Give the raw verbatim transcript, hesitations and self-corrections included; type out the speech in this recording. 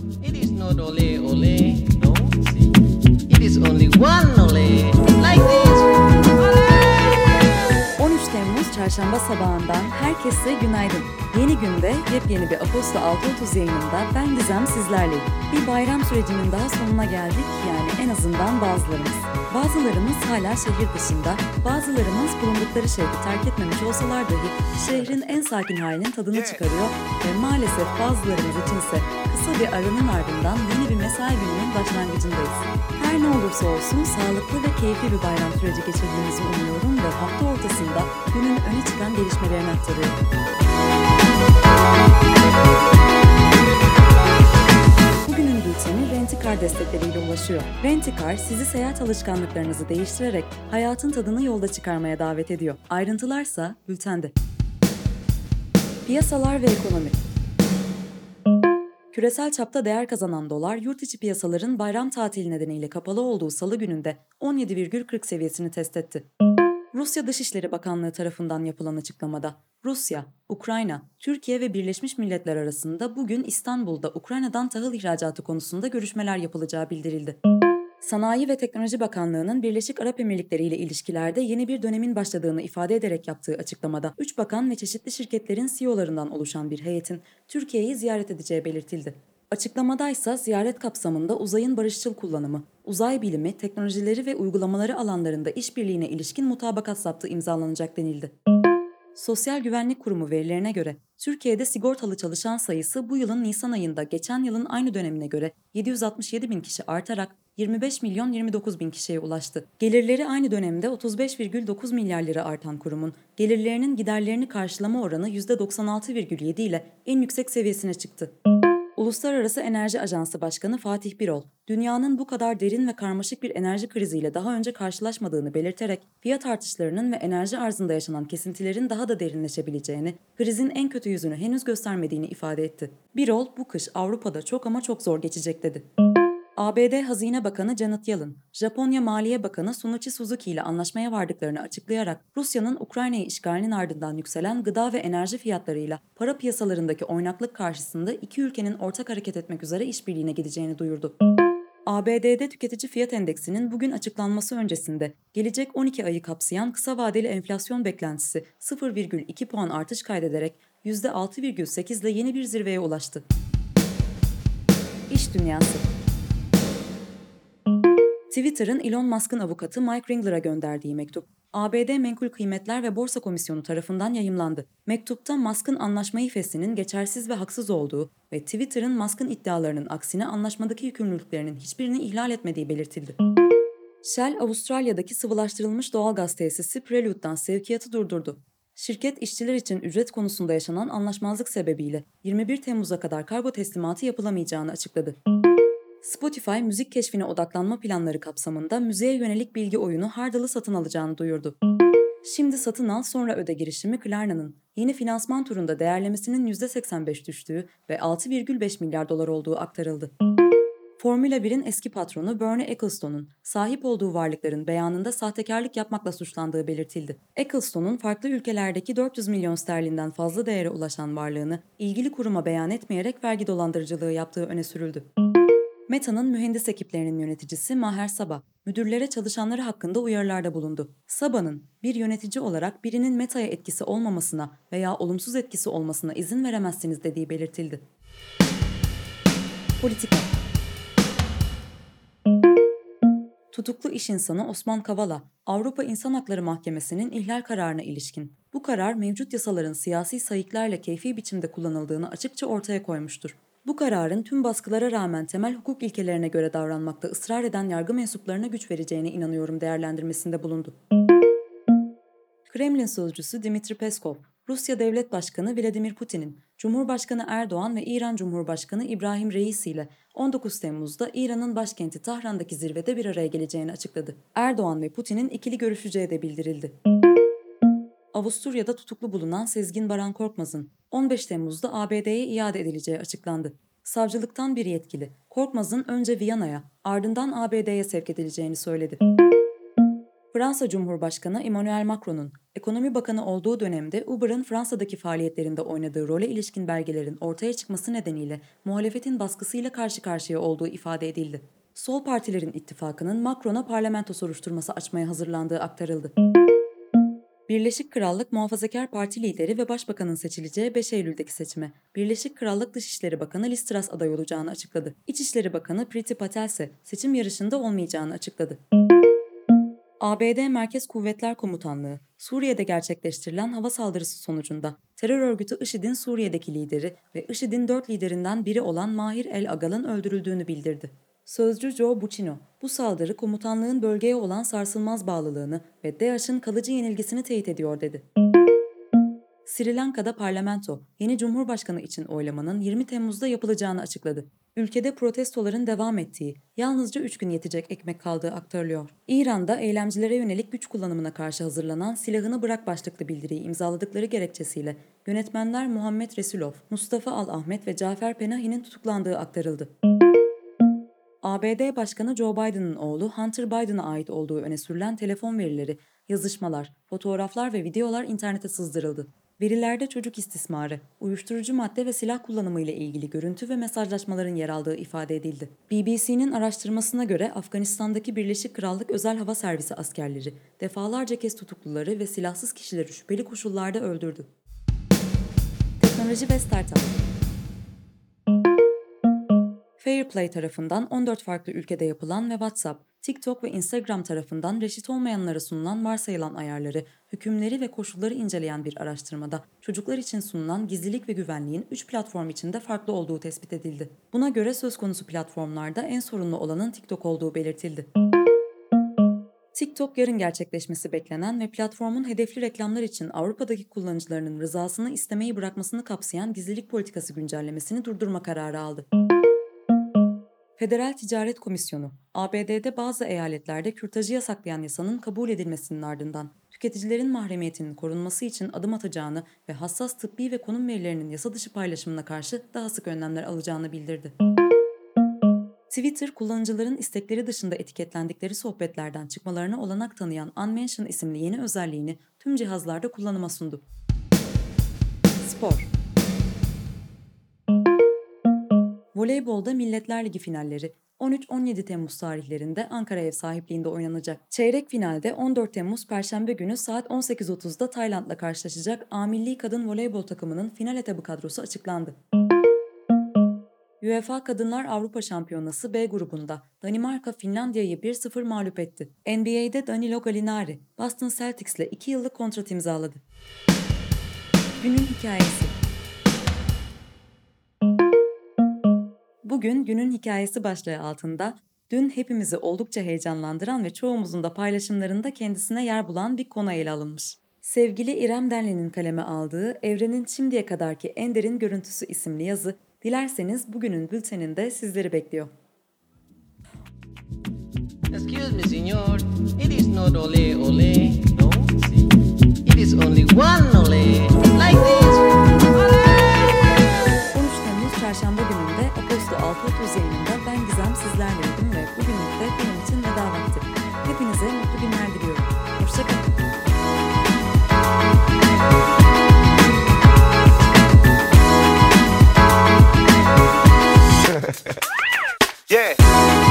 It is not ole ole, no, see. It is only one ole, like this. on üç Temmuz Çarşamba sabahından herkese günaydın. Yeni günde yepyeni bir Aposto altı otuz yayınında ben Gizem sizlerleyim. Bir bayram sürecinin daha sonuna geldik, yani en azından bazılarımız. Bazılarımız hala şehir dışında, bazılarımız bulundukları şehri terk etmemiş olsalar dahi şehrin en sakin halinin tadını çıkarıyor ve maalesef bazılarımız içinse kısa bir aranın ardından yeni bir mesai gününün başlangıcındayız. Her ne olursa olsun sağlıklı ve keyifli bir bayram süreci geçirdiğinizi umuyorum ve hafta ortasında günün öne çıkan gelişmelerini aktarıyorum. Bugünün bülteni Rent-A-Car destekleriyle ulaşıyor. Rent-A-Car sizi seyahat alışkanlıklarınızı değiştirerek hayatın tadını yolda çıkarmaya davet ediyor. Ayrıntılarsa bültende. Piyasalar ve ekonomi. Küresel çapta değer kazanan dolar, yurt içi piyasaların bayram tatili nedeniyle kapalı olduğu salı gününde on yedi virgül kırk seviyesini test etti. Rusya Dışişleri Bakanlığı tarafından yapılan açıklamada, Rusya, Ukrayna, Türkiye ve Birleşmiş Milletler arasında bugün İstanbul'da Ukrayna'dan tahıl ihracatı konusunda görüşmeler yapılacağı bildirildi. Sanayi ve Teknoloji Bakanlığı'nın Birleşik Arap Emirlikleri ile ilişkilerde yeni bir dönemin başladığını ifade ederek yaptığı açıklamada, üç bakan ve çeşitli şirketlerin C E O'larından oluşan bir heyetin Türkiye'yi ziyaret edeceği belirtildi. Açıklamadaysa ziyaret kapsamında uzayın barışçıl kullanımı, uzay bilimi, teknolojileri ve uygulamaları alanlarında işbirliğine ilişkin mutabakat zaptı imzalanacak denildi. Sosyal Güvenlik Kurumu verilerine göre Türkiye'de sigortalı çalışan sayısı bu yılın Nisan ayında geçen yılın aynı dönemine göre yedi yüz altmış yedi bin kişi artarak yirmi beş milyon yirmi dokuz bin kişiye ulaştı. Gelirleri aynı dönemde otuz beş virgül dokuz milyar lira artan kurumun gelirlerinin giderlerini karşılama oranı yüzde doksan altı virgül yedi ile en yüksek seviyesine çıktı. Uluslararası Enerji Ajansı Başkanı Fatih Birol, dünyanın bu kadar derin ve karmaşık bir enerji kriziyle daha önce karşılaşmadığını belirterek fiyat artışlarının ve enerji arzında yaşanan kesintilerin daha da derinleşebileceğini, krizin en kötü yüzünü henüz göstermediğini ifade etti. Birol, bu kış Avrupa'da çok ama çok zor geçecek dedi. A B D Hazine Bakanı Janet Yellen, Japonya Maliye Bakanı Sunichi Suzuki ile anlaşmaya vardıklarını açıklayarak Rusya'nın Ukrayna'yı işgalinin ardından yükselen gıda ve enerji fiyatlarıyla para piyasalarındaki oynaklık karşısında iki ülkenin ortak hareket etmek üzere işbirliğine gideceğini duyurdu. A B D'de tüketici fiyat endeksinin bugün açıklanması öncesinde gelecek on iki ayı kapsayan kısa vadeli enflasyon beklentisi sıfır virgül iki puan artış kaydederek yüzde altı virgül sekiz ile yeni bir zirveye ulaştı. İş Dünyası. Twitter'ın Elon Musk'ın avukatı Mike Ringler'a gönderdiği mektup, A B D Menkul Kıymetler ve Borsa Komisyonu tarafından yayımlandı. Mektupta Musk'ın anlaşmayı feshinin geçersiz ve haksız olduğu ve Twitter'ın Musk'ın iddialarının aksine anlaşmadaki yükümlülüklerinin hiçbirini ihlal etmediği belirtildi. Shell, Avustralya'daki sıvılaştırılmış doğalgaz tesisi Prelude'dan sevkiyatı durdurdu. Şirket, işçiler için ücret konusunda yaşanan anlaşmazlık sebebiyle yirmi bir Temmuz'a kadar kargo teslimatı yapılamayacağını açıkladı. Spotify, müzik keşfine odaklanma planları kapsamında müziğe yönelik bilgi oyunu Hardal'ı satın alacağını duyurdu. Şimdi satın al sonra öde girişimi Klarna'nın yeni finansman turunda değerlemesinin yüzde seksen beş düştüğü ve altı virgül beş milyar dolar olduğu aktarıldı. Formula birin eski patronu Bernie Ecclestone'un sahip olduğu varlıkların beyanında sahtekarlık yapmakla suçlandığı belirtildi. Ecclestone'un farklı ülkelerdeki dört yüz milyon sterlinden fazla değere ulaşan varlığını ilgili kuruma beyan etmeyerek vergi dolandırıcılığı yaptığı öne sürüldü. Meta'nın mühendis ekiplerinin yöneticisi Maher Sabah, müdürlere çalışanları hakkında uyarılarda bulundu. Sabah'ın bir yönetici olarak birinin Meta'ya etkisi olmamasına veya olumsuz etkisi olmasına izin veremezsiniz dediği belirtildi. Politika. Tutuklu iş insanı Osman Kavala, Avrupa İnsan Hakları Mahkemesi'nin ihlal kararına ilişkin, bu karar mevcut yasaların siyasi sayıklarla keyfi biçimde kullanıldığını açıkça ortaya koymuştur. Bu kararın tüm baskılara rağmen temel hukuk ilkelerine göre davranmakta ısrar eden yargı mensuplarına güç vereceğine inanıyorum değerlendirmesinde bulundu. Kremlin sözcüsü Dmitri Peskov, Rusya Devlet Başkanı Vladimir Putin'in, Cumhurbaşkanı Erdoğan ve İran Cumhurbaşkanı İbrahim Reisi ile on dokuz Temmuz'da İran'ın başkenti Tahran'daki zirvede bir araya geleceğini açıkladı. Erdoğan ve Putin'in ikili görüşeceği de bildirildi. Avusturya'da tutuklu bulunan Sezgin Baran Korkmaz'ın on beş Temmuz'da A B D'ye iade edileceği açıklandı. Savcılıktan bir yetkili, Korkmaz'ın önce Viyana'ya, ardından A B D'ye sevk edileceğini söyledi. Fransa Cumhurbaşkanı Emmanuel Macron'un Ekonomi Bakanı olduğu dönemde Uber'ın Fransa'daki faaliyetlerinde oynadığı role ilişkin belgelerin ortaya çıkması nedeniyle muhalefetin baskısıyla karşı karşıya olduğu ifade edildi. Sol partilerin ittifakının Macron'a parlamento soruşturması açmaya hazırlandığı aktarıldı. Birleşik Krallık Muhafazakar Parti lideri ve başbakanın seçileceği beş Eylül'deki seçime Birleşik Krallık Dışişleri Bakanı Liz Truss aday olacağını açıkladı. İçişleri Bakanı Priti Patel ise seçim yarışında olmayacağını açıkladı. A B D Merkez Kuvvetler Komutanlığı, Suriye'de gerçekleştirilen hava saldırısı sonucunda terör örgütü IŞİD'in Suriye'deki lideri ve IŞİD'in dört liderinden biri olan Mahir el-Agal'ın öldürüldüğünü bildirdi. Sözcü Joe Buccino, bu saldırı komutanlığın bölgeye olan sarsılmaz bağlılığını ve DAEŞ'in kalıcı yenilgisini teyit ediyor dedi. Sri Lanka'da parlamento, yeni cumhurbaşkanı için oylamanın yirmi Temmuz'da yapılacağını açıkladı. Ülkede protestoların devam ettiği, yalnızca üç gün yetecek ekmek kaldığı aktarılıyor. İran'da eylemcilere yönelik güç kullanımına karşı hazırlanan silahını bırak başlıklı bildiriyi imzaladıkları gerekçesiyle yönetmenler Muhammed Resulov, Mustafa Al-Ahmet ve Cafer Penahi'nin tutuklandığı aktarıldı. A B D Başkanı Joe Biden'ın oğlu Hunter Biden'a ait olduğu öne sürülen telefon verileri, yazışmalar, fotoğraflar ve videolar internete sızdırıldı. Verilerde çocuk istismarı, uyuşturucu madde ve silah kullanımı ile ilgili görüntü ve mesajlaşmaların yer aldığı ifade edildi. B B C'nin araştırmasına göre Afganistan'daki Birleşik Krallık Özel Hava Servisi askerleri defalarca kez tutukluları ve silahsız kişileri şüpheli koşullarda öldürdü. Teknoloji ve Startup. Fairplay tarafından on dört farklı ülkede yapılan ve WhatsApp, TikTok ve Instagram tarafından reşit olmayanlara sunulan varsayılan ayarları, hükümleri ve koşulları inceleyen bir araştırmada çocuklar için sunulan gizlilik ve güvenliğin üç platform içinde farklı olduğu tespit edildi. Buna göre söz konusu platformlarda en sorunlu olanın TikTok olduğu belirtildi. TikTok yarın gerçekleşmesi beklenen ve platformun hedefli reklamlar için Avrupa'daki kullanıcılarının rızasını istemeyi bırakmasını kapsayan gizlilik politikası güncellemesini durdurma kararı aldı. Federal Ticaret Komisyonu, A B D'de bazı eyaletlerde kürtajı yasaklayan yasanın kabul edilmesinin ardından tüketicilerin mahremiyetinin korunması için adım atacağını ve hassas tıbbi ve konum verilerinin yasa dışı paylaşımına karşı daha sık önlemler alacağını bildirdi. Twitter, kullanıcıların istekleri dışında etiketlendikleri sohbetlerden çıkmalarına olanak tanıyan Unmention isimli yeni özelliğini tüm cihazlarda kullanıma sundu. Spor. Voleybolda Milletler Ligi finalleri on üç on yedi Temmuz tarihlerinde Ankara ev sahipliğinde oynanacak. Çeyrek finalde on dört Temmuz Perşembe günü saat on sekiz otuzda Tayland'la karşılaşacak A Milli Kadın Voleybol takımının final etabı kadrosu açıklandı. UEFA Kadınlar Avrupa Şampiyonası B grubunda Danimarka Finlandiya'yı bir sıfır mağlup etti. N B A'de Danilo Gallinari, Boston Celtics'le iki yıllık kontrat imzaladı. Günün hikayesi. Bugün günün hikayesi başlığı altında dün hepimizi oldukça heyecanlandıran ve çoğumuzun da paylaşımlarında kendisine yer bulan bir konu ele alınmış. Sevgili İrem Denli'nin kaleme aldığı Evrenin Şimdiye Kadarki En Derin Görüntüsü isimli yazı, dilerseniz bugünün bülteninde sizleri bekliyor. Excuse me, senor. It is not ole ole, no. See, it is only one ole. Like this. Ole! on üç Temmuz Çarşamba gününde Aposto altı otuz yayınında ben Gizem sizlerleydim ve bugünlük de benim için veda vakti. Hepinize mutlu günler diliyorum. Hoşçakalın. Yeah.